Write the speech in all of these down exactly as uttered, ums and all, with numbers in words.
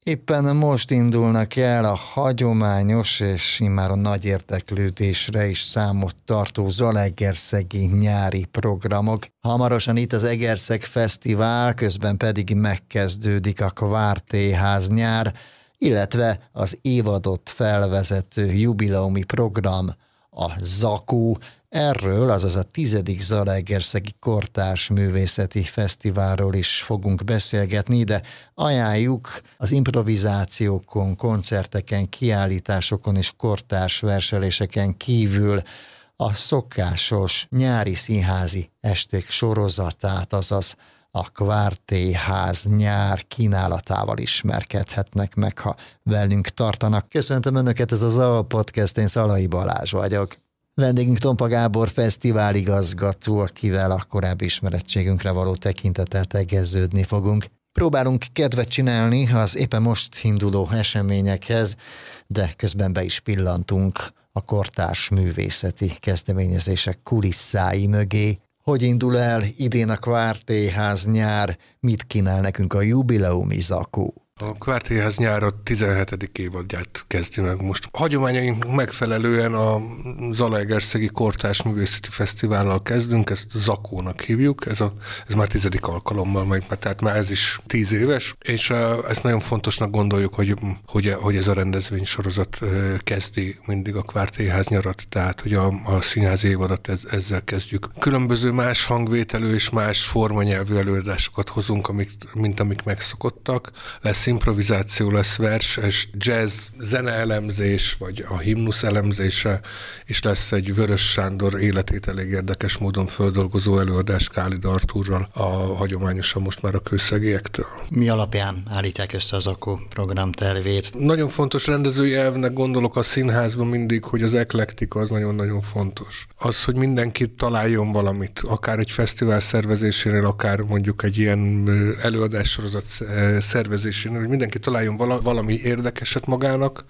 Éppen most indulnak el a hagyományos és immáron nagy érdeklődésre is számot tartó zalaegerszegi nyári programok. Hamarosan itt az Egerszeg Fesztivál, közben pedig megkezdődik a Kvártéház nyár, illetve az évadot felvezető jubileumi program, a Zakó. Erről, azaz a tizedik Zalaegerszegi Kortárs Művészeti Fesztiválról is fogunk beszélgetni, de ajánljuk az improvizációkon, koncerteken, kiállításokon és kortárs verseléseken kívül a szokásos nyári színházi esték sorozatát, azaz a Kvártéház nyár kínálatával ismerkedhetnek meg, ha velünk tartanak. Köszöntöm Önöket, ez az Zala Podcast, én Szalai Balázs vagyok. Vendégünk Tompa Gábor fesztiváligazgató, akivel a korábbi ismerettségünkre való tekintettel tegeződni fogunk. Próbálunk kedvet csinálni az éppen most induló eseményekhez, de közben be is pillantunk a kortárs művészeti kezdeményezések kulisszái mögé. Hogy indul el idén a Kvártéház nyár, mit kínál nekünk a jubileumi Zakó? A Kvártéház nyár a tizenhetedik évadját kezdi meg most. Hagyományaink megfelelően a Zalaegerszegi Kortárs Művészeti Fesztivállal kezdünk, ezt Zakónak hívjuk, ez, a, ez már tizedik alkalommal megy, tehát már ez is tíz éves, és uh, ezt nagyon fontosnak gondoljuk, hogy, hogy, hogy ez a rendezvénysorozat uh, kezdi mindig a Kvártéház nyarat, tehát hogy a, a színházi évadat ez, ezzel kezdjük. Különböző más hangvételű és más formanyelvű előadásokat hozunk, amik, mint amik megszokottak. Lesz improvizáció, lesz vers, és jazz zeneelemzés, vagy a himnusz elemzése, és lesz egy Vörös Sándor életét elég érdekes módon földolgozó előadás Kálid Artúrral, a hagyományosan most már a kőszegiektől. Mi alapján állítják össze a Zakó programtervét? Nagyon fontos rendezői elvnek gondolok a színházban mindig, hogy az eklektika az nagyon-nagyon fontos. Az, hogy mindenki találjon valamit, akár egy fesztivál szervezésénél, akár mondjuk egy ilyen előadássorozat szervezésénél, hogy mindenki találjon valami érdekeset magának,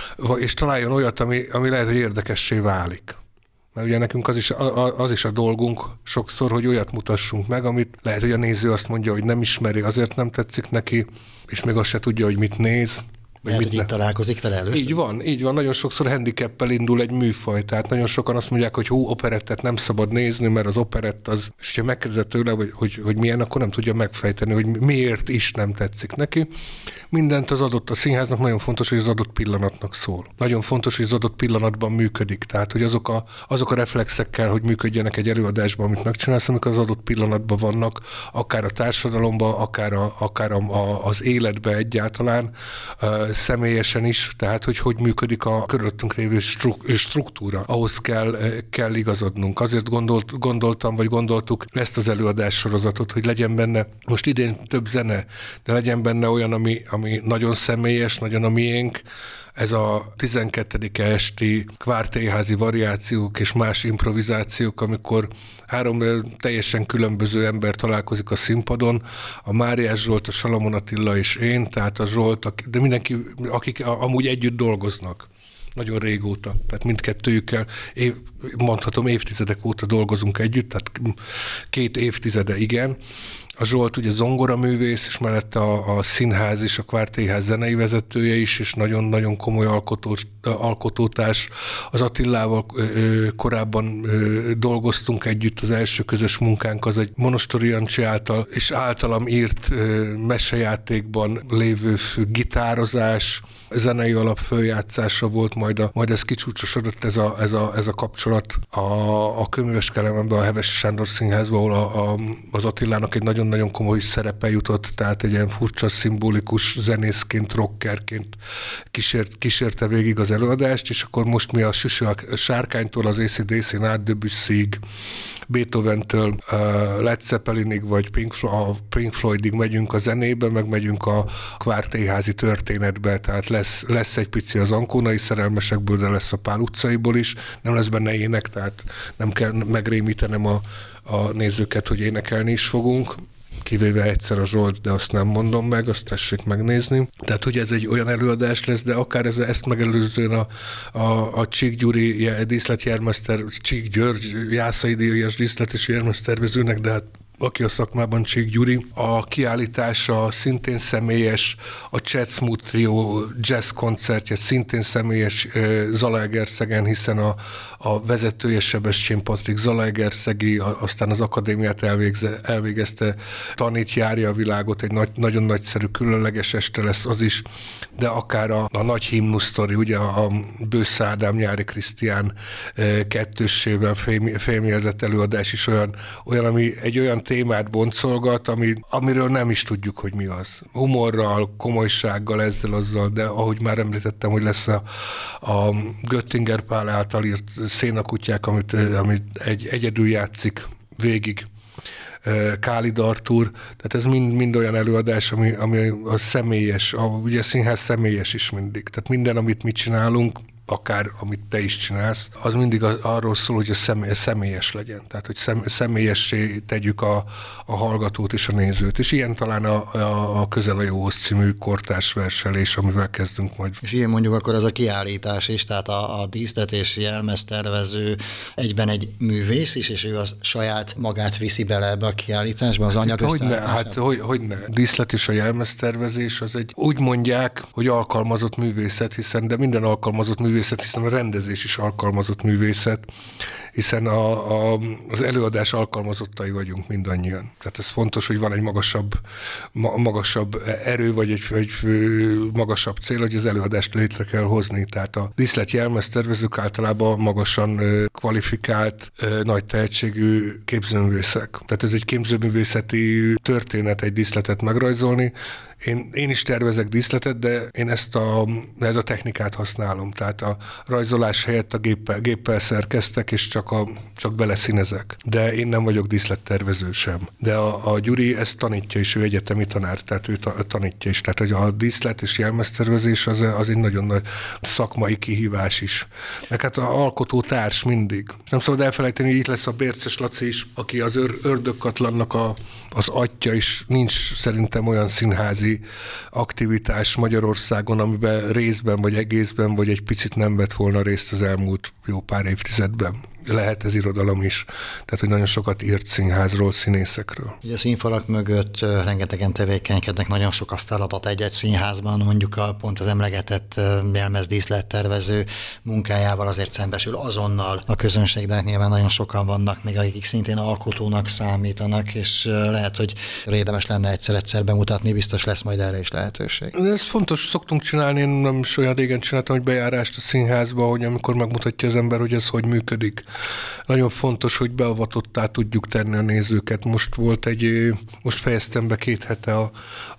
és találjon olyat, ami, ami lehet, hogy érdekessé válik. Mert ugye nekünk az is, az is a dolgunk sokszor, hogy olyat mutassunk meg, amit lehet, hogy a néző azt mondja, hogy nem ismeri, azért nem tetszik neki, és még azt se tudja, hogy mit néz. Mert hogy itt találkozik vele először? Így van, így van. Nagyon sokszor handicappel indul egy műfaj. Tehát nagyon sokan azt mondják, hogy hú, operettet nem szabad nézni, mert az operett az, és ha megkérdezed tőle, hogy, hogy, hogy milyen, akkor nem tudja megfejteni, hogy miért is nem tetszik neki. Mindent az adott, a színháznak nagyon fontos, hogy az adott pillanatnak szól. Nagyon fontos, hogy az adott pillanatban működik. Tehát, hogy azok a, azok a reflexekkel, hogy működjenek egy előadásban, amit megcsinálsz, amikor az adott pillanatban vannak, akár a társadalomban, akár, a, akár a, a, az életben egyáltalán, személyesen is, tehát hogy hogy működik a körülöttünk lévő struktúra. Ahhoz kell, kell igazodnunk. Azért gondolt, gondoltam, vagy gondoltuk ezt az előadássorozatot, hogy legyen benne, most idén több zene, de legyen benne olyan, ami, ami nagyon személyes, nagyon a miénk. Ez a tizenkettedike esti kvártéházi variációk és más improvizációk, amikor három teljesen különböző ember találkozik a színpadon, a Máriás Zsolt, a Salamon Attila és én, tehát a Zsolt, de mindenki, akik amúgy együtt dolgoznak. Nagyon régóta, tehát mindkettőjükkel, év, mondhatom évtizedek óta dolgozunk együtt, tehát két évtizede igen. A Zsolt ugye zongoraművész, és mellette a, a színház és a Kvártéház zenei vezetője is, és nagyon-nagyon komoly alkotós, alkotótárs. Az Attilával ö, korábban ö, dolgoztunk együtt, az első közös munkánk az egy Monostori Jancsi által, és általam írt ö, mesejátékban lévő gitározás, zenei alapföljátszása volt, majd, a, majd ez kicsúcsosodott ez a, ez a, ez a kapcsolat a, a Kőműves Kelemenben, a Hevesi Sándor Színházban, ahol a, a, az Attilának egy nagyon-nagyon komoly szerepe jutott, tehát egy ilyen furcsa, szimbolikus zenészként, rockerként kísért, kísérte végig az előadást, és akkor most mi a Süsű a Sárkánytól az á cé dé cén át Debussyig, Beethoventől uh, Led Zeppelinig, vagy Pink, Flo- a Pink Floydig megyünk a zenébe, meg megyünk a kvártéházi történetbe, tehát lesz, lesz egy pici az ankónai szerelmesekből, de lesz a Pál utcaiból is, nem lesz benne ének, tehát nem kell megrémítenem a, a nézőket, hogy énekelni is fogunk. kivéve egyszer a Zsolt, de azt nem mondom meg, azt tessék megnézni. Tehát, hogy ez egy olyan előadás lesz, de akár ez, ezt megelőzően a, a, a Csík Gyuri díszletjármeszter, Csík György, Jászai díjas díszlet és jármesztervezőnek, de hát aki a szakmában Csík Gyuri. A kiállítása szintén személyes, a Chet Smooth Trio jazz koncertje szintén személyes Zalaegerszegen, hiszen a, a vezetője Sebestyén Patrik Zalaegerszegi, aztán az akadémiát elvégze, elvégezte, tanít, járja a világot, egy nagy, nagyon nagyszerű, különleges este lesz az is, de akár a, a nagy himnusztori, ugye a Bősz Ádám, Nyári Krisztián kettőssével fémjelzett előadás is olyan, olyan, ami egy olyan témát boncolgat, ami, amiről nem is tudjuk, hogy mi az. Humorral, komolysággal, ezzel, azzal, de ahogy már említettem, hogy lesz a, a Göttinger Pál által írt Szénakutyák, amit, amit egy, egyedül játszik végig Kálid Artúr, tehát ez mind, mind olyan előadás, ami, ami a személyes, a, ugye a színház személyes is mindig. Tehát minden, amit mi csinálunk, akár amit te is csinálsz, az mindig arról szól, hogy a személy, személyes legyen. Tehát, hogy szem, személyessé tegyük a, a hallgatót és a nézőt. És ilyen talán a, a, a Közel a Jóhoz című kortárs verselés, amivel kezdünk majd. És ilyen mondjuk akkor az a kiállítás is, tehát a, a díszletési jelmeztervező egyben egy művész is, és ő az saját magát viszi bele ebbe a kiállításba, az anyag összeállításába? Hát hogy, hogy ne. Díszlet és a jelmeztervezés az egy, úgy mondják, hogy alkalmazott művészet, hiszen, de minden alkalmazott művészet, hiszen a rendezés is alkalmazott művészet, hiszen a, a, az előadás alkalmazottai vagyunk mindannyian. Tehát ez fontos, hogy van egy magasabb, ma, magasabb erő, vagy egy, egy magasabb cél, hogy az előadást létre kell hozni. Tehát a díszlet jelmeztervezők általában magasan kvalifikált, nagy tehetségű képzőművészek. Tehát ez egy képzőművészeti történet, egy díszletet megrajzolni. Én, én is tervezek díszletet, de én ezt a, ezt a technikát használom. Tehát a rajzolás helyett a géppel, géppel szerkeztek, és csak, a, csak beleszínezek. De én nem vagyok díszlettervező sem. De a, a Gyuri ezt tanítja is, ő egyetemi tanár, tehát ő ta, tanítja is. Tehát hogy a díszlet és jelmeztervezés az, az egy nagyon nagy szakmai kihívás is. Meg hát a alkotó társ mindig. Nem szabad elfelejteni, hogy itt lesz a Bérces Laci is, aki az ör, ördögkatlannak a, az atya is. Nincs szerintem olyan színházi aktivitás Magyarországon, amiben részben, vagy egészben, vagy egy picit nem vett volna részt az elmúlt jó pár évtizedben. Lehet ez irodalom is. Tehát, hogy nagyon sokat írt színházról, színészekről. Ugye a színfalak mögött rengetegen tevékenykednek, nagyon sok a feladat egy-egy színházban, mondjuk a pont az emlegetett jelmezdíszlettervező munkájával azért szembesül azonnal a közönség, de hát nyilván nagyon sokan vannak még, akik szintén alkotónak számítanak, és lehet, hogy érdemes lenne egyszer-egyszer bemutatni, biztos lesz majd erre is lehetőség. Ez fontos, szoktunk csinálni, én nem is olyan régen csináltam, hogy bejárást a színházba, hogy amikor megmutatja az ember, hogy ez hogy működik. Nagyon fontos, hogy beavatottá tudjuk tenni a nézőket. Most volt egy, most fejeztem be két hete a,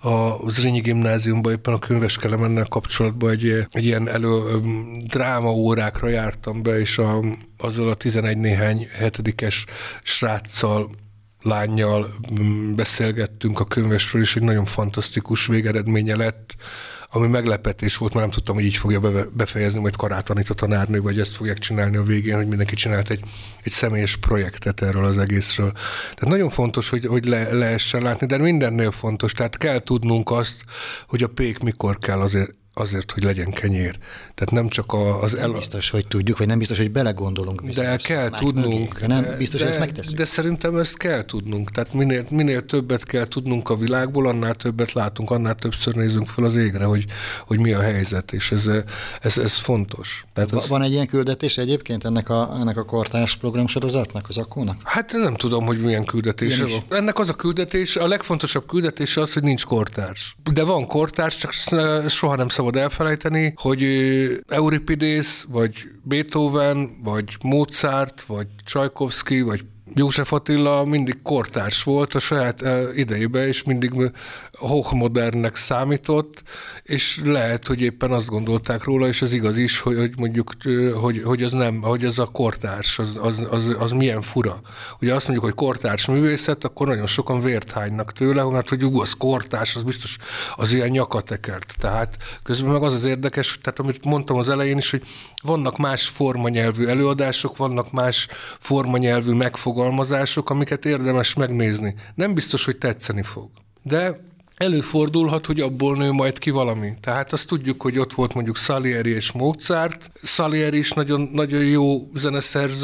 a Zrínyi gimnáziumban, éppen a Könyves Kelemennel kapcsolatban egy, egy ilyen elő, dráma órákra jártam be, és a, azzal a tizenegy néhány hetedikes sráccal, lánnyal beszélgettünk a könyvesről, és egy nagyon fantasztikus végeredménye lett, ami meglepetés volt, mert nem tudtam, hogy így fogja befejezni, majd Kará tanít a tanárnő, vagy ezt fogják csinálni a végén, hogy mindenki csinált egy, egy személyes projektet erről az egészről. Tehát nagyon fontos, hogy, hogy le, lehessen látni, de mindennél fontos, tehát kell tudnunk azt, hogy a pék mikor kell azért, azért, hogy legyen kenyér. Tehát nem csak az... Nem el... biztos, hogy tudjuk, vagy nem biztos, hogy belegondolunk. De kell tudnunk. Mögé, nem biztos, de, hogy ezt megtesszük. De szerintem ezt kell tudnunk. Tehát minél, minél többet kell tudnunk a világból, annál többet látunk, annál többször nézünk fel az égre, hogy, hogy mi a helyzet, és ez, ez, ez fontos. Tehát ez... Van egy ilyen küldetés egyébként ennek a, ennek a kortárs programsorozatnak, az Akkónak? Hát nem tudom, hogy milyen küldetés van. Ennek az a küldetés, a legfontosabb küldetés az, hogy nincs kortárs. De van kortárs, csak soha nem szabad elfelejteni, hogy Euripidész, vagy Beethoven, vagy Mozart, vagy Csajkovszki, vagy József Attila mindig kortárs volt a saját idejében, és mindig hochmodernnek számított, és lehet, hogy éppen azt gondolták róla, és ez igaz is, hogy, hogy mondjuk, hogy, hogy az nem, hogy ez a kortárs, az, az, az, az milyen fura. Ugye azt mondjuk, hogy kortárs művészet, akkor nagyon sokan vért hánynak tőle, mert hogy ú, az kortárs, az biztos az ilyen nyakatekert. Tehát közben meg az az érdekes, tehát amit mondtam az elején is, hogy vannak más formanyelvű előadások, vannak más formanyelvű megfogalmazások, amiket érdemes megnézni. Nem biztos, hogy tetszeni fog. De előfordulhat, hogy abból nő majd ki valami. Tehát azt tudjuk, hogy ott volt mondjuk Salieri és Mozart. Salieri is nagyon, nagyon jó zeneszerző,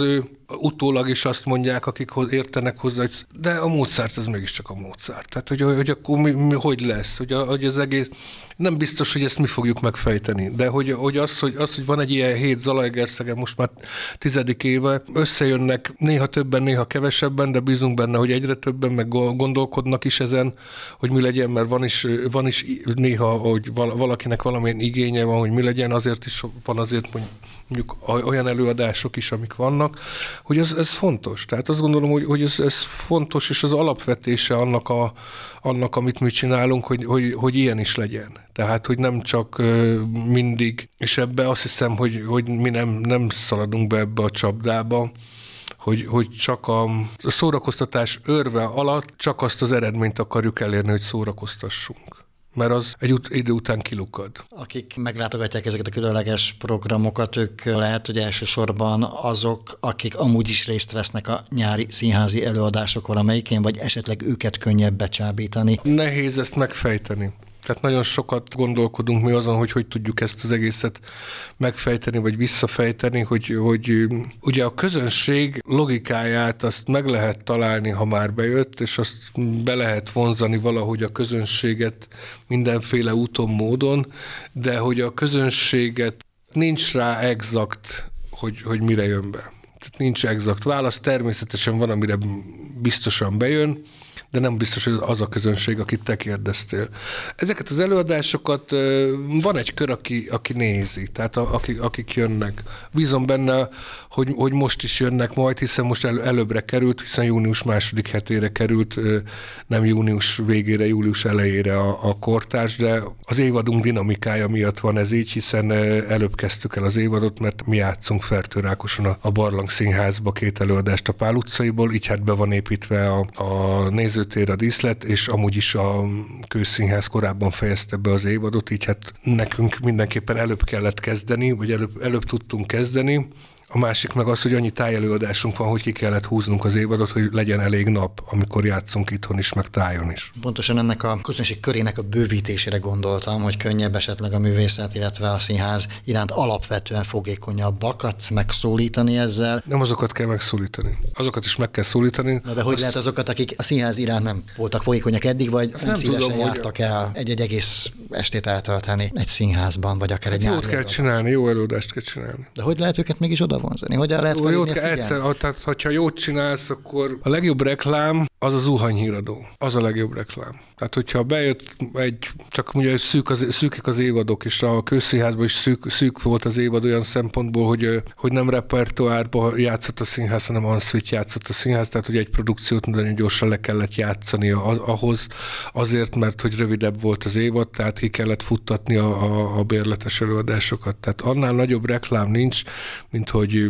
utólag is azt mondják, akik értenek hozzá, hogy de a Mozart az mégiscsak a Mozart. Tehát, hogy, hogy akkor mi, mi, hogy lesz? Hogy, a, hogy az egész, nem biztos, hogy ezt mi fogjuk megfejteni, de hogy, hogy, az, hogy az, hogy van egy ilyen hét Zalaegerszegen most már tizedik éve, összejönnek néha többen, néha kevesebben, de bízunk benne, hogy egyre többen, meg gondolkodnak is ezen, hogy mi legyen, mert van is, van is néha, hogy valakinek valamilyen igénye van, hogy mi legyen, azért is van azért mondjuk olyan előadások is, amik vannak, hogy ez, ez fontos. Tehát azt gondolom, hogy, hogy ez, ez fontos, és az alapvetése annak, a, annak amit mi csinálunk, hogy, hogy, hogy ilyen is legyen. Tehát, hogy nem csak mindig, és ebbe azt hiszem, hogy, hogy mi nem, nem szaladunk be ebbe a csapdába, hogy, hogy csak a szórakoztatás örve alatt csak azt az eredményt akarjuk elérni, hogy szórakoztassunk. Mert az egy ut- idő után kilukad. Akik meglátogatják ezeket a különleges programokat, ők lehet, hogy elsősorban azok, akik amúgy is részt vesznek a nyári színházi előadások valamelyikén, vagy esetleg őket könnyebb becsábítani. Nehéz ezt megfejteni. Tehát nagyon sokat gondolkodunk mi azon, hogy hogy tudjuk ezt az egészet megfejteni, vagy visszafejteni, hogy, hogy ugye a közönség logikáját azt meg lehet találni, ha már bejött, és azt be lehet vonzani valahogy a közönséget mindenféle úton, módon, de hogy a közönséget nincs rá exakt, hogy, hogy mire jön be. Tehát nincs exakt válasz, természetesen van, amire biztosan bejön, de nem biztos, hogy az a közönség, akit te kérdeztél. Ezeket az előadásokat van egy kör, aki, aki nézi, tehát akik, akik jönnek. Bízom benne, hogy, hogy most is jönnek majd, hiszen most el, előbbre került, hiszen június második hetére került, nem június végére, július elejére a, a kortárs, de az évadunk dinamikája miatt van ez így, hiszen előbb kezdtük el az évadot, mert mi játszunk Fertőrákoson a, a Barlang Színházba két előadást a Pál utcaiból, így hát be van építve a, a nézőtér, a díszlet, és amúgy is a Kőszínház korábban fejezte be az évadot, így hát nekünk mindenképpen előbb kellett kezdeni, vagy előbb, előbb tudtunk kezdeni. A másik meg az, hogy annyi tájelőadásunk van, hogy ki kellett húznunk az évadot, hogy legyen elég nap, amikor játszunk itthon is, meg tájon is. Pontosan ennek a közönség körének a bővítésére gondoltam, hogy könnyebb esetleg a művészet, illetve a színház iránt alapvetően fogékonyabbakat megszólítani ezzel. Nem azokat kell megszólítani. Azokat is meg kell szólítani. Na de hogy Azt... lehet azokat, akik a színház iránt nem voltak fogékonyak eddig, vagy nem, nem szívesen tudom, jártak hogy... el egy-egy egész estét eltölteni egy színházban, vagy akár egy nyári Jót kell csinálni, jó előadást kell csinálni. De hogy lehet őket mégis oda vonzani? Hogyan lehet felhívni a egyszer, tehát, hogyha jót csinálsz, akkor a legjobb reklám az a zuhanyhíradó. Az a legjobb reklám. Tehát, hogyha bejött egy, csak ugye szűk az, szűkik az évadok, és a Kőszínházban is szűk, szűk volt az évad olyan szempontból, hogy, hogy nem repertoárba játszott a színház, hanem ensuite játszott a színház, tehát ugye egy produkciót nagyon gyorsan le kellett játszani ahhoz, azért, mert hogy rövidebb volt az évad, tehát ki kellett futtatni a, a, a bérletes előadásokat. Tehát annál nagyobb reklám nincs, mint hogy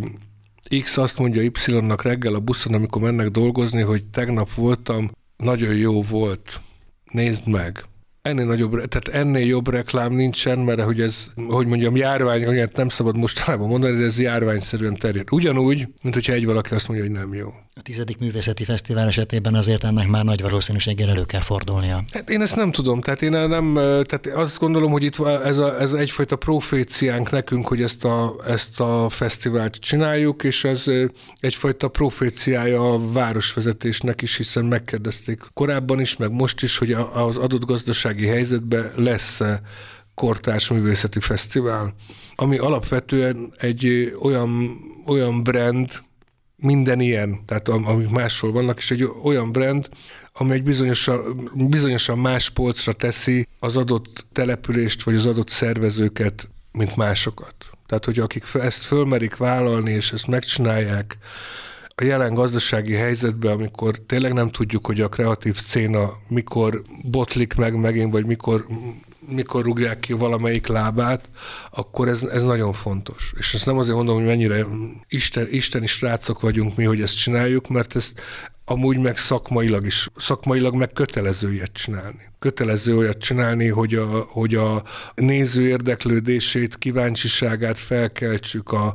X azt mondja Y-nak reggel a buszon, amikor mennek dolgozni, hogy tegnap voltam, nagyon jó volt, nézd meg. Ennél nagyobb, tehát ennél jobb reklám nincsen, mert hogy ez, hogy mondjam, járvány, hogy nem szabad mostanában mondani, de ez járványszerűen terjed. Ugyanúgy, mint hogyha egy valaki azt mondja, hogy nem jó. A tizedik művészeti fesztivál esetében azért ennek már nagy valószínűséggel elő kell fordulnia. Hát én ezt nem tudom, tehát én nem, tehát azt gondolom, hogy itt ez, a, ez egyfajta proféciánk nekünk, hogy ezt a, ezt a fesztivált csináljuk, és ez egyfajta proféciája a városvezetésnek is, hiszen megkérdezték korábban is, meg most is, hogy az adott gazdasági helyzetben lesz-e kortárs művészeti fesztivál, ami alapvetően egy olyan, olyan brand, minden ilyen, tehát amik máshol vannak, és egy olyan brand, ami egy bizonyosan, bizonyosan más polcra teszi az adott települést, vagy az adott szervezőket, mint másokat. Tehát, hogy akik ezt fölmerik vállalni, és ezt megcsinálják a jelen gazdasági helyzetben, amikor tényleg nem tudjuk, hogy a kreatív szcéna mikor botlik meg megint, vagy mikor mikor rúgják ki valamelyik lábát, akkor ez, ez nagyon fontos. És ezt nem azért mondom, hogy mennyire isten, isteni srácok vagyunk mi, hogy ezt csináljuk, mert ezt amúgy meg szakmailag is, szakmailag meg kötelező ilyet csinálni. Kötelező olyat csinálni, hogy a, hogy a néző érdeklődését, kíváncsiságát felkeltsük. A,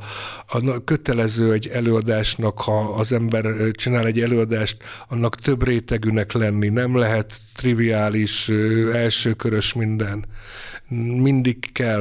a kötelező egy előadásnak, ha az ember csinál egy előadást, annak több rétegűnek lenni. Nem lehet triviális, elsőkörös minden. Mindig kell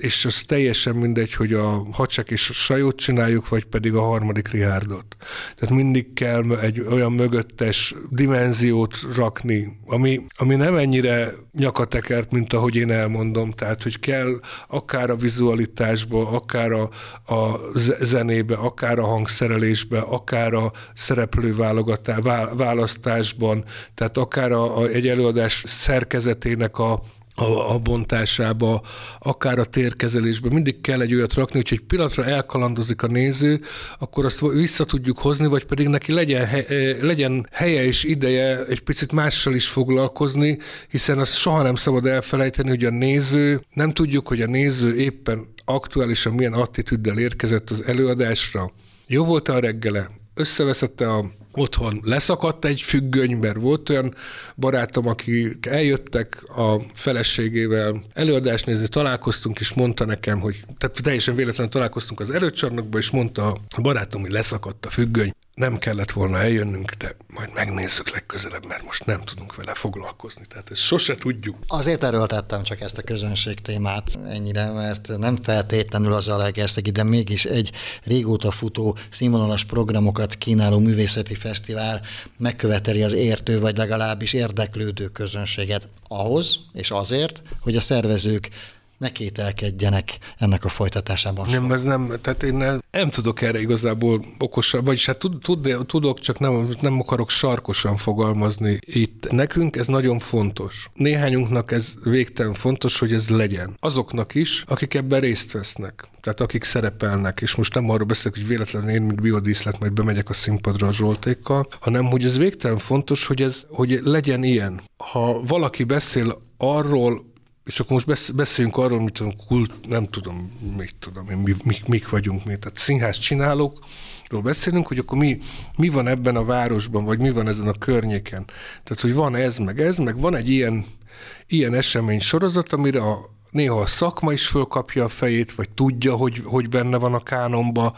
és az teljesen mindegy, hogy a Hacsek és Sajót csináljuk, vagy pedig a harmadik Richardot. Tehát mindig kell egy olyan mögöttes dimenziót rakni, ami, ami nem ennyire nyakatekert, mint ahogy én elmondom. Tehát, hogy kell akár a vizualitásba, akár a, a zenébe, akár a hangszerelésbe, akár a szereplőválogatás, választásban, tehát akár a, a, egy előadás szerkezetének a A, a bontásába, akár a térkezelésbe, mindig kell egy olyat rakni, hogy egy pillanatra elkalandozik a néző, akkor azt vissza tudjuk hozni, vagy pedig neki legyen, he, legyen helye és ideje egy picit mással is foglalkozni, hiszen azt soha nem szabad elfelejteni, hogy a néző, nem tudjuk, hogy a néző éppen aktuálisan milyen attitűddel érkezett az előadásra. Jó volt a reggele? Összeveszette a otthon, leszakadt egy függöny, mert volt olyan barátom, akik eljöttek a feleségével előadást nézni, találkoztunk, és mondta nekem, hogy tehát teljesen véletlenül találkoztunk az előcsarnokba, és mondta a barátom, hogy leszakadt a függöny. Nem kellett volna eljönnünk, de majd megnézzük legközelebb, mert most nem tudunk vele foglalkozni. Tehát ezt sose tudjuk. Azért erőltettem csak ezt a közönség témát ennyire, mert nem feltétlenül az a Zalaegerszegi, de mégis egy régóta futó színvonalas programokat kínáló művészeti fesztivál megköveteli az értő, vagy legalábbis érdeklődő közönséget ahhoz, és azért, hogy a szervezők ne kételkedjenek ennek a folytatásában. Nem, ez nem, tehát én nem, nem tudok erre igazából okosan, vagyis hát tud, tud, tudok, csak nem, nem akarok sarkosan fogalmazni itt. Nekünk ez nagyon fontos. Néhányunknak ez végtelen fontos, hogy ez legyen. Azoknak is, akik ebben részt vesznek. Tehát akik szerepelnek, és most nem arról beszélek, hogy véletlenül én, mint biodíszlet, majd bemegyek a színpadra a Zsoltékkal, hanem hogy ez végtelen fontos, hogy ez hogy legyen ilyen. Ha valaki beszél arról, és akkor most beszéljünk arról, mit tudom, kult, nem tudom, mit tudom én, mi, mik, mik vagyunk mi. Tehát színház csinálókról beszélünk, hogy akkor mi, mi van ebben a városban, vagy mi van ezen a környéken. Tehát, hogy van ez, meg ez, meg van egy ilyen, ilyen esemény sorozat, amire a, néha a szakma is fölkapja a fejét, vagy tudja, hogy, hogy benne van a kánonba.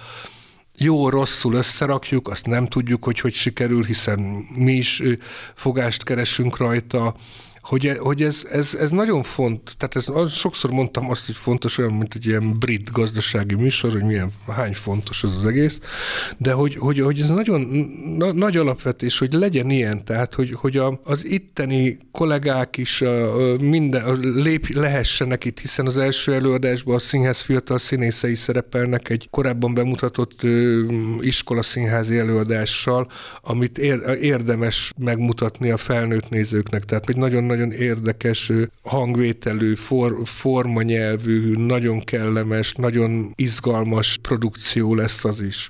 Jó-rosszul összerakjuk, azt nem tudjuk, hogy hogy sikerül, hiszen mi is fogást keresünk rajta. Hogy, hogy ez, ez, ez nagyon fontos, tehát ez, az, sokszor mondtam azt, hogy fontos, olyan, mint egy ilyen brit gazdasági műsor, hogy milyen, hány fontos ez az egész, de hogy, hogy, hogy ez nagyon na, nagy alapvetés, hogy legyen ilyen, tehát hogy, hogy a, az itteni kollégák is a, a minden, a, lép, lehessenek itt, hiszen az első előadásban a színház fiatal színészei szerepelnek egy korábban bemutatott ö, iskolaszínházi előadással, amit ér, érdemes megmutatni a felnőtt nézőknek, tehát egy nagyon nagyon érdekes hangvételű, for, formanyelvű, nagyon kellemes, nagyon izgalmas produkció lesz az is.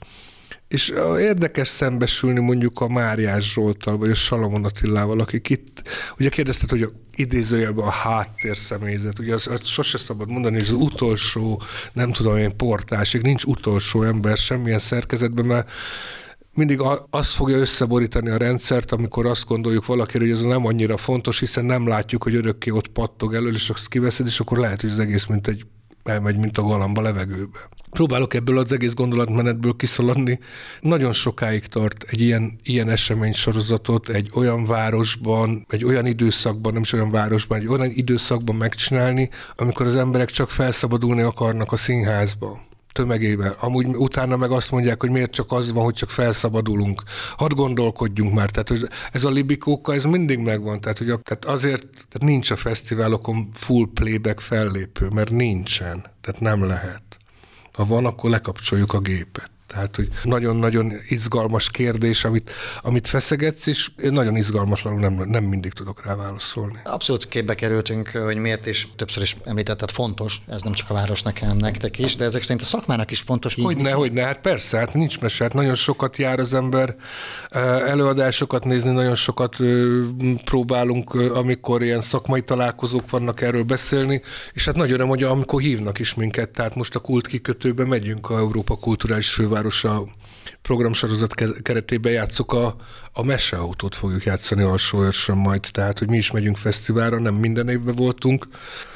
És érdekes szembesülni mondjuk a Máriás Zsolttal, vagy a Salamon Attilával, akik itt, ugye kérdezted, hogy a idézőjelben a háttérszemélyzet, ugye az, az sose szabad mondani, hogy az utolsó, nem tudom én, portásig, nincs utolsó ember semmilyen szerkezetben, mert mindig azt fogja összeborítani a rendszert, amikor azt gondoljuk valakire, hogy ez nem annyira fontos, hiszen nem látjuk, hogy örökké ott pattog elől, és azt kiveszed, és akkor lehet, hogy az egész mint egy, elmegy, mint a galamba levegőbe. Próbálok ebből az egész gondolatmenetből kiszaladni. Nagyon sokáig tart egy ilyen, ilyen eseménysorozatot egy olyan városban, egy olyan időszakban, nem is olyan városban, egy olyan időszakban megcsinálni, amikor az emberek csak felszabadulni akarnak a színházba. Tömegével. Amúgy utána meg azt mondják, hogy miért csak az van, hogy csak felszabadulunk. Hadd gondolkodjunk már. Tehát hogy ez a libikóka, ez mindig megvan. Tehát, hogy a, tehát azért tehát nincs a fesztiválokon full playback fellépő, mert nincsen. Tehát nem lehet. Ha van, akkor lekapcsoljuk a gépet. Tehát, hogy nagyon-nagyon izgalmas kérdés, amit, amit feszegetsz, és nagyon izgalmatlanul nem, nem mindig tudok rá válaszolni. Abszolút képbe kerültünk, hogy miért is, többször is említetted, fontos, ez nem csak a városnak, hanem nektek is, de ezek szerint a szakmának is fontos. Hogyne, hogyne, hát persze, hát nincs mese, hát nagyon sokat jár az ember előadásokat nézni, nagyon sokat próbálunk, amikor ilyen szakmai találkozók vannak, erről beszélni, és hát nagyon öröm, hogy amikor hívnak is minket, tehát most a Kult kikötőbe megyünk, a Európa Kulturális Főváros a programsorozat keretében játsszuk, a, a Meseautót fogjuk játszani Alsóörsön majd, tehát hogy mi is megyünk fesztiválra, nem minden évben voltunk,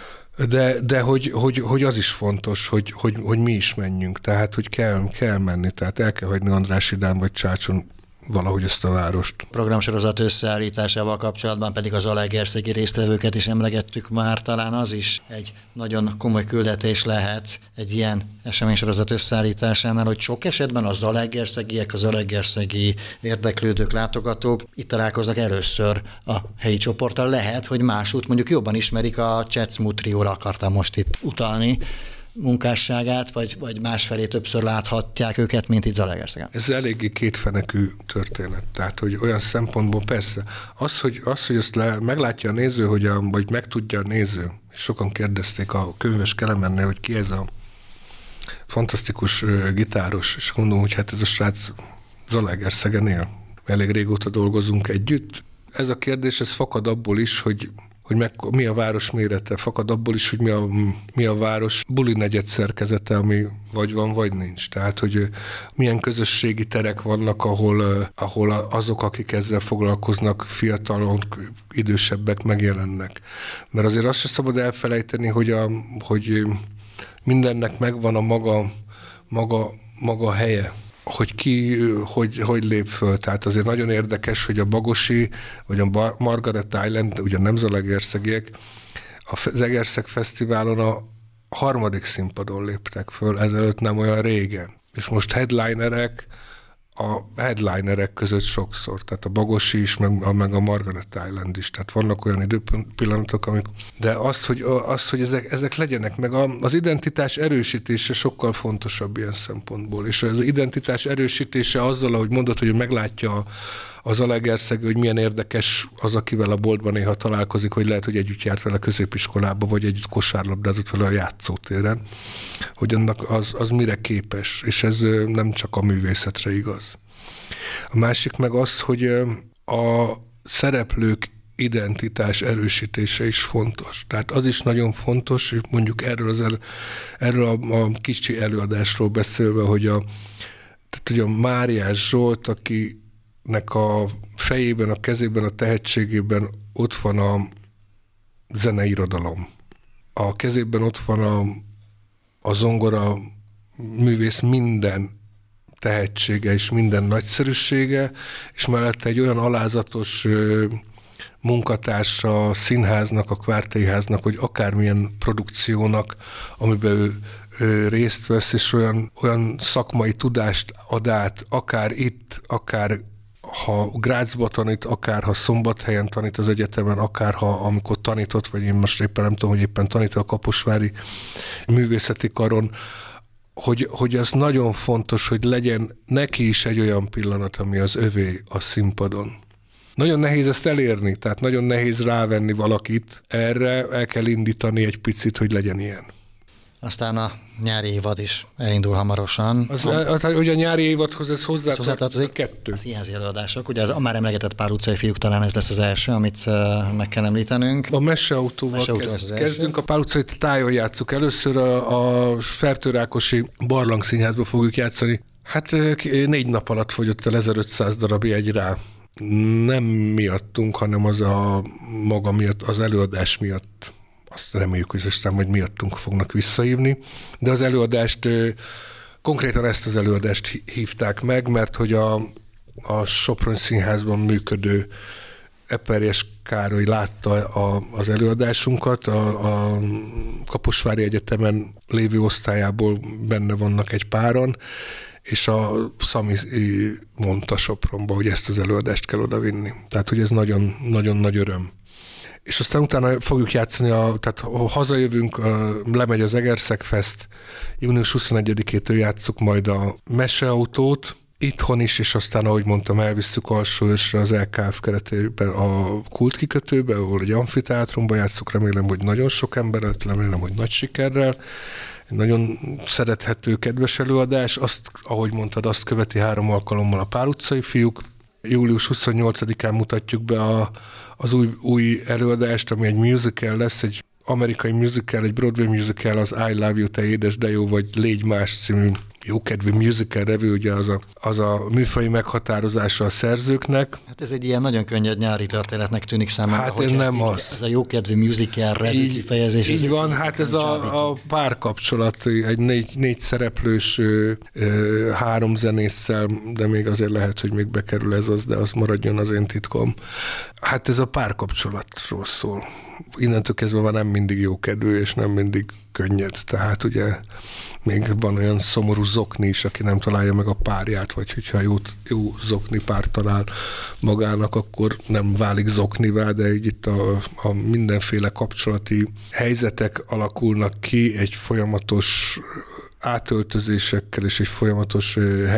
de, de hogy, hogy, hogy az is fontos, hogy, hogy, hogy mi is menjünk, tehát hogy kell, kell menni, tehát el kell hagyni András Idán vagy Csácson valahogy ezt a várost. A programsorozat összeállításával kapcsolatban pedig az zalaegerszegi résztvevőket is emlegettük már, talán az is egy nagyon komoly küldetés lehet egy ilyen eseménysorozat összeállításánál, hogy sok esetben a zalaegerszegiek, a zalaegerszegi érdeklődők, látogatók itt találkoznak először a helyi csoporttal. Lehet, hogy másút mondjuk jobban ismerik a Csecmú trióra, akartam most itt utalni, munkásságát, vagy, vagy másfelé többször láthatják őket, mint itt Zalaegerszegen. Ez eléggé kétfenekű történet. Tehát, hogy olyan szempontból persze, az, hogy, az, hogy azt le, meglátja a néző, hogy a, vagy megtudja a néző, és sokan kérdezték a Könyves Kelemennél, hogy ki ez a fantasztikus gitáros, és mondom, hogy hát ez a srác Zalaegerszegen él. Elég régóta dolgozunk együtt. Ez a kérdés, ez fakad abból is, hogy hogy meg, mi a város mérete, fakad abból is, hogy mi a, mi a város buli negyed szerkezete, ami vagy van, vagy nincs. Tehát, hogy milyen közösségi terek vannak, ahol, ahol azok, akik ezzel foglalkoznak, fiatalon, idősebbek megjelennek. Mert azért azt se szabad elfelejteni, hogy, a, hogy mindennek megvan a maga, maga, maga helye. Hogy ki, hogy, hogy lép föl. Tehát azért nagyon érdekes, hogy a Bagosi, vagy a Margaret Island, ugye nem zalaegerszegiek, az Egerszeg Fesztiválon a harmadik színpadon léptek föl, ezelőtt nem olyan régen. És most headlinerek, a headlinerek között sokszor, tehát a Bagosi is, meg a, meg a Margaret Island is, tehát vannak olyan időpillanatok, amik... De az, hogy, az, hogy ezek, ezek legyenek, meg a, az identitás erősítése sokkal fontosabb ilyen szempontból, és az identitás erősítése azzal, ahogy mondod, hogy meglátja az Zalaegerszeg, hogy milyen érdekes az, akivel a boltban néha találkozik, hogy lehet, hogy együtt járt vele középiskolába, vagy együtt kosárlabdázott vele a játszótéren, hogy annak az, az mire képes, és ez nem csak a művészetre igaz. A másik meg az, hogy a szereplők identitás erősítése is fontos. Tehát az is nagyon fontos, és mondjuk erről, az el, erről a, a kicsi előadásról beszélve, hogy a, tehát, hogy a Máriás Zsolt, aki nek a fejében, a kezében, a tehetségében ott van a zeneirodalom. A kezében ott van a, a zongora művész minden tehetsége és minden nagyszerűsége, és mellette egy olyan alázatos munkatársa a színháznak, a Kvártei Háznak, hogy akármilyen produkciónak, amiben ő, ő részt vesz, és olyan, olyan szakmai tudást ad át, akár itt, akár ha Grazba tanít, akár ha Szombathelyen tanít az egyetemen, akár ha amikor tanított, vagy én most éppen nem tudom, hogy éppen tanít a Kaposvári Művészeti Karon, hogy, hogy az nagyon fontos, hogy legyen neki is egy olyan pillanat, ami az övé a színpadon. Nagyon nehéz ezt elérni, tehát nagyon nehéz rávenni valakit erre, el kell indítani egy picit, hogy legyen ilyen. Aztán a nyári évad is elindul hamarosan. Az, az, hogy a nyári évadhoz ez hozzátartozik kettő. A színházi előadások, ugye az a már emlegetett Pál utcai fiúk, talán ez lesz az első, amit uh, meg kell említenünk. A Meseautóval Meseautó kezd, kezdünk, a Pál utcai tájon játsszuk. Először a, a Fertőrákosi Barlangszínházba fogjuk játszani. Hát négy nap alatt fogyott el ezerötszáz darab jegy rá. Nem miattunk, hanem az a maga miatt, az előadás miatt. Azt reméljük, hogy aztán majd miattunk fognak visszahívni. De az előadást, konkrétan ezt az előadást hívták meg, mert hogy a, a Sopron Színházban működő Eperjes Károly látta a, az előadásunkat, a, a Kaposvári Egyetemen lévő osztályából benne vannak egy páran, és a Szami mondta Sopronba, hogy ezt az előadást kell odavinni. Tehát, hogy ez nagyon, nagyon nagy öröm. És aztán utána fogjuk játszani, a, tehát ha hazajövünk, a, lemegy az Egerszeg Fest, június huszonegyedikétől játsszuk majd a Meseautót, itthon is, és aztán, ahogy mondtam, elvisszük Alsóőrsre az el ká ef keretében a Kultkikötőbe, ahol egy amfiteátrumba játsszuk, remélem, hogy nagyon sok emberrel, remélem, hogy nagy sikerrel. Egy nagyon szerethető, kedves előadás. Azt, ahogy mondtad, azt követi három alkalommal a Pál utcai fiúk. július huszonnyolcadikán mutatjuk be a, az új, új előadást, ami egy musical lesz, egy amerikai musical, egy Broadway musical, az I Love You, te édes, de jó vagy, légy más című jókedvű musical review, ugye az a, az a műfaji meghatározása a szerzőknek. Hát ez egy ilyen nagyon könnyed nyári történetnek tűnik számomra. Hát ez nem így, az. Ez a jókedvű musical review így, kifejezés. Így van, hát ez a, a párkapcsolat, egy négy, négy szereplős ö, ö, három zenésszel, de még azért lehet, hogy még bekerül ez az, de az maradjon az én titkom. Hát ez a párkapcsolatról szól. Innentől kezdve már nem mindig jókedvű, és nem mindig könnyed. Tehát ugye még van olyan szomorú zokni is, aki nem találja meg a párját, vagy hogyha jó, jó zokni párt talál magának, akkor nem válik zoknivá, de így itt a, a mindenféle kapcsolati helyzetek alakulnak ki egy folyamatos átöltözésekkel és egy folyamatos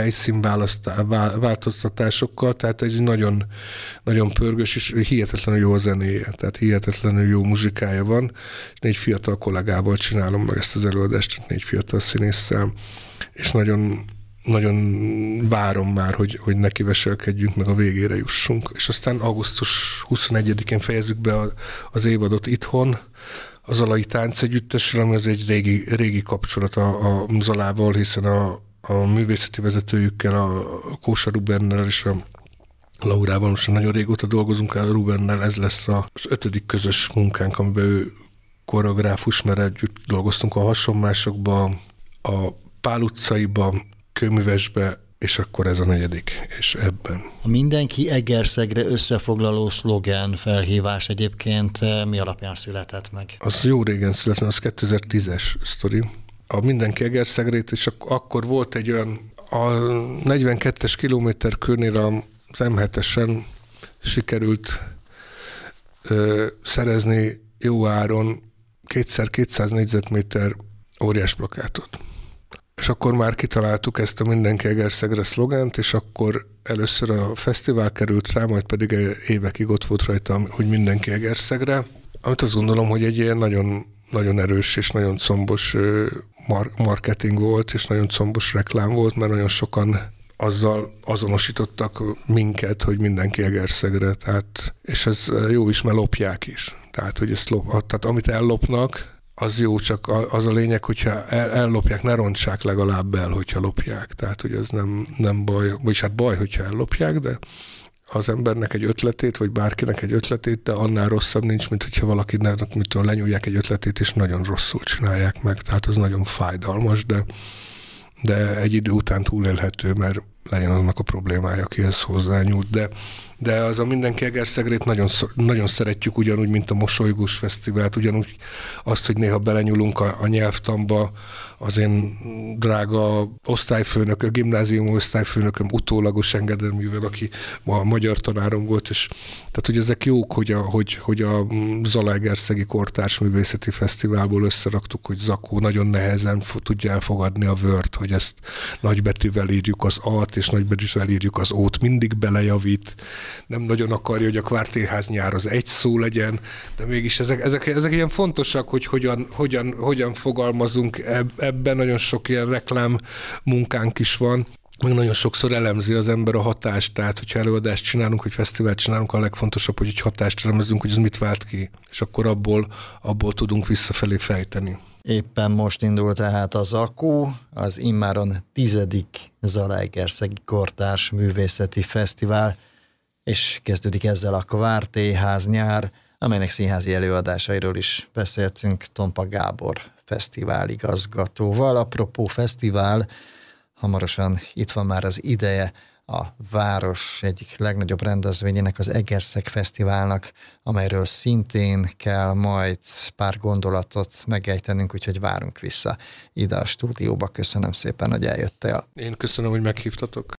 helyszínváltoztatásokkal, tehát egy nagyon, nagyon pörgős és hihetetlenül jó a zenéje, tehát hihetetlenül jó muzsikája van, és négy fiatal kollégával csinálom meg ezt az előadást, négy fiatal színésszel, és nagyon, nagyon várom már, hogy, hogy neki veselkedjünk, meg a végére jussunk. És aztán augusztus huszonegyedikén fejezzük be az évadot itthon, az Zalai Táncegyüttessel, ami az egy régi, régi kapcsolat a, a Zalával, hiszen a, a művészeti vezetőjükkel, a Kósa Rubennel és a Laurával most nagyon régóta dolgozunk el, a Rubennel, ez lesz az ötödik közös munkánk, amiben ő koreográfus, mert együtt dolgoztunk a Hasonmásokba, a Pál utcaiba, Kőművesbe, és akkor ez a negyedik, és ebben. A Mindenki Egerszegre összefoglaló szlogán felhívás egyébként mi alapján született meg? Az jó régen született, az kétezer-tízes sztori. A Mindenki Egerszegrét, és ak- akkor volt egy olyan, a negyvenkettes kilométer körnél az em hetesen sikerült ö, szerezni jó áron kétszer kétszáz négyzetméter óriás plakátot. És akkor már kitaláltuk ezt a Mindenki Egerszegre szlogánt, és akkor először a fesztivál került rá, majd pedig évekig ott volt rajta, hogy Mindenki Egerszegre, amit azt gondolom, hogy egy ilyen nagyon, nagyon erős és nagyon combos mar- marketing volt, és nagyon combos reklám volt, mert nagyon sokan azzal azonosítottak minket, hogy Mindenki Egerszegre, tehát, és ez jó is, mert lopják is. Tehát, hogy ezt lop, tehát amit ellopnak, az jó, csak az a lényeg, hogyha el, ellopják, ne rontsák legalább el, hogyha lopják. Tehát, hogy ez nem, nem baj, vagyis hát baj, hogyha ellopják, de az embernek egy ötletét, vagy bárkinek egy ötletét, de annál rosszabb nincs, mint hogyha valakinek, mit tudom, lenyúlják egy ötletét, és nagyon rosszul csinálják meg. Tehát az nagyon fájdalmas, de, de egy idő után túlélhető, mert legyen annak a problémája, akihez hozzányújt. De, de az a Mindenki Egerszegrét nagyon, nagyon szeretjük, ugyanúgy, mint a Mosolygós Fesztivált, ugyanúgy azt, hogy néha belenyúlunk a, a nyelvtamba, az én drága osztályfőnök, gimnázium osztályfőnököm utólagos engedelművel, aki ma a magyar tanárom volt, és tehát, hogy ezek jók, hogy a, hogy, hogy a Zalaegerszegi Kortárs Művészeti Fesztiválból összeraktuk, hogy Zakó nagyon nehezen tudja elfogadni a Word, hogy ezt nagybetűvel írjuk az A-t, és nagybetűvel írjuk az O-t, mindig belejavít, nem nagyon akarja, hogy a Kvártérház nyár az egy szó legyen, de mégis ezek, ezek, ezek ilyen fontosak, hogy hogyan, hogyan, hogyan fogalmazunk ebben, nagyon sok ilyen reklám munkánk is van, meg nagyon sokszor elemzi az ember a hatást, tehát hogyha előadást csinálunk, vagy fesztivált csinálunk, a legfontosabb, hogy egy hatást elemezünk, hogy ez mit vált ki, és akkor abból, abból tudunk visszafelé fejteni. Éppen most indult tehát az Zakó, az immáron tizedik Zalaegerszegi Kortárs Művészeti Fesztivál, és kezdődik ezzel a Kvártéház nyár, amelynek színházi előadásairól is beszéltünk Tompa Gábor fesztiváligazgatóval. Apropó fesztivál, hamarosan itt van már az ideje a város egyik legnagyobb rendezvényének, az Egerszeg Fesztiválnak, amelyről szintén kell majd pár gondolatot megejtenünk, úgyhogy várunk vissza ide a stúdióba. Köszönöm szépen, hogy eljöttél. Én köszönöm, hogy meghívtatok.